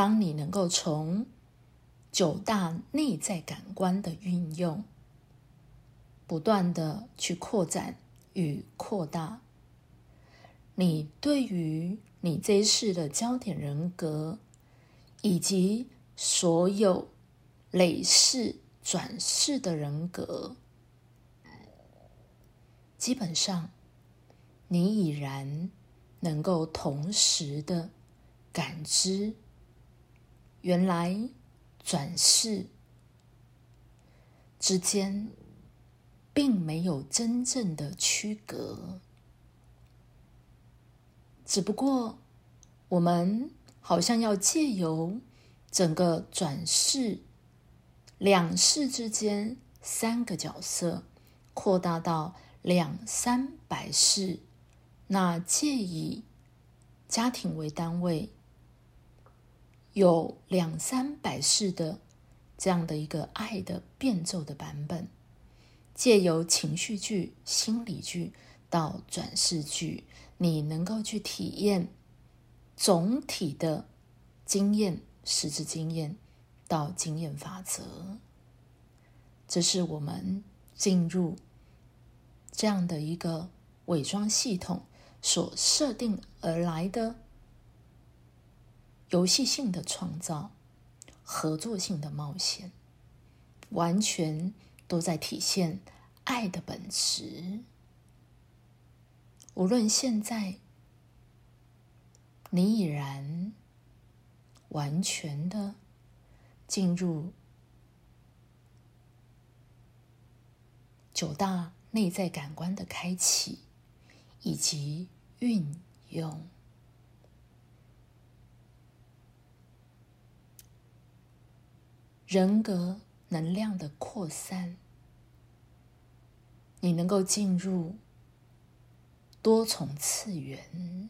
当你能够从9大内在感官的运用，不断的去扩展与扩大，你对于你这一世的焦点人格，以及所有累世转世的人格，基本上你已然能够同时的感知，原来转世之间并没有真正的区隔，只不过我们好像要借由整个转世2世之间3个角色扩大到200-300世，那借以家庭为单位，有200-300世的这样的一个爱的变奏的版本，借由情绪剧、心理剧到转世剧，你能够去体验总体的经验、实质经验到经验法则。这是我们进入这样的一个伪装系统所设定而来的游戏性的创造、合作性的冒险，完全都在体现爱的本质。无论现在你已然完全的进入9大内在感官的开启以及运用，人格能量的扩散，你能够进入多重次元，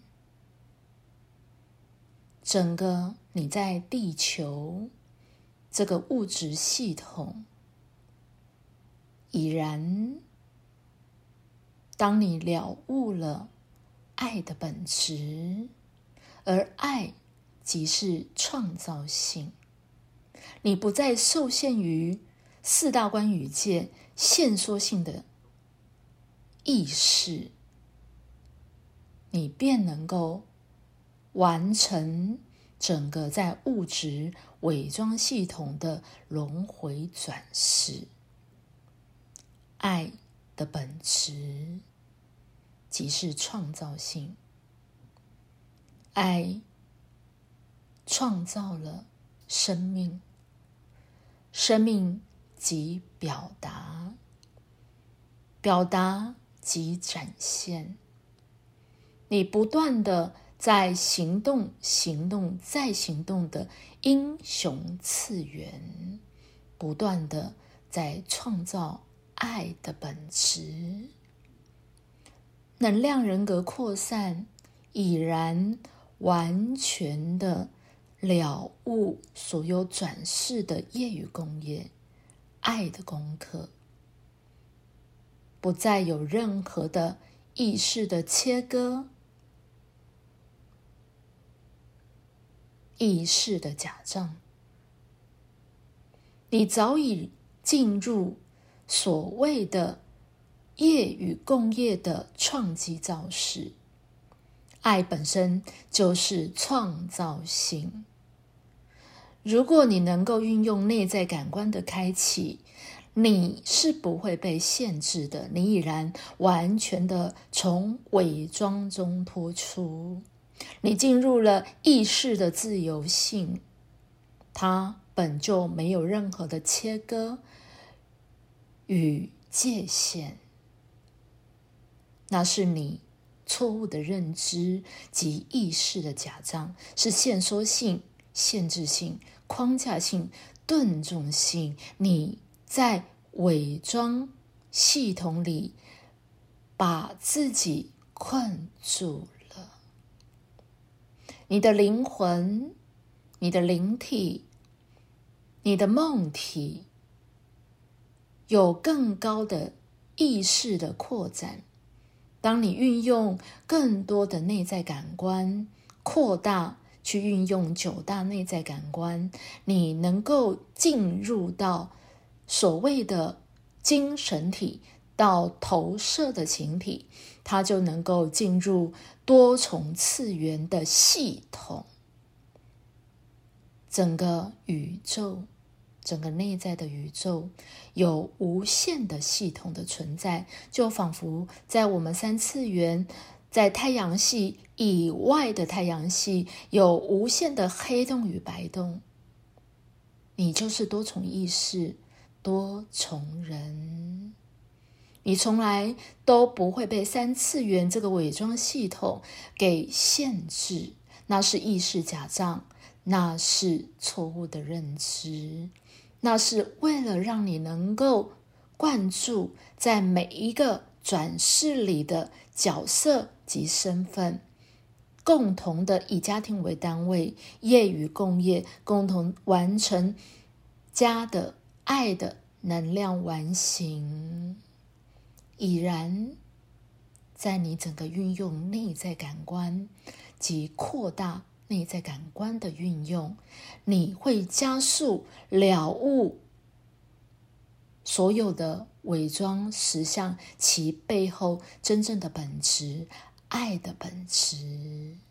整个你在地球这个物质系统，已然当你了悟了爱的本质，而爱即是创造性，你不再受限于4大关语界限缩性的意识，你便能够完成整个在物质伪装系统的轮回转世。爱的本质即是创造性，爱创造了生命，生命即表达，表达即展现。你不断的在行动、行动再行动的英雄次元，不断的在创造爱的本质。能量人格扩散，已然完全的了悟所有转世的业与共业，爱的功课，不再有任何的意识的切割，意识的假象。你早已进入所谓的业与共业的创基造式。爱本身就是创造性。如果你能够运用内在感官的开启，你是不会被限制的，你已然完全的从伪装中脱出，你进入了意识的自由性，它本就没有任何的切割与界限，那是你错误的认知及意识的假象，是限缩性、限制性、框架性、顿重性，你在伪装系统里把自己困住了。你的灵魂、你的灵体、你的梦体有更高的意识的扩展。当你运用更多的内在感官，扩大去运用9大内在感官，你能够进入到所谓的精神体，到投射的情体，它就能够进入多重次元的系统。整个宇宙，整个内在的宇宙有无限的系统的存在，就仿佛在我们3次元，在太阳系以外的太阳系有无限的黑洞与白洞。你就是多重意识，多重人，你从来都不会被3次元这个伪装系统给限制，那是意识假象，那是错误的认知，那是为了让你能够灌注在每一个转世里的角色及身份，共同的以家庭为单位，业与共业，共同完成家的爱的能量完形。已然在你整个运用内在感官及扩大内在感官的运用，你会加速了悟所有的伪装实相其背后真正的本质，爱的本质。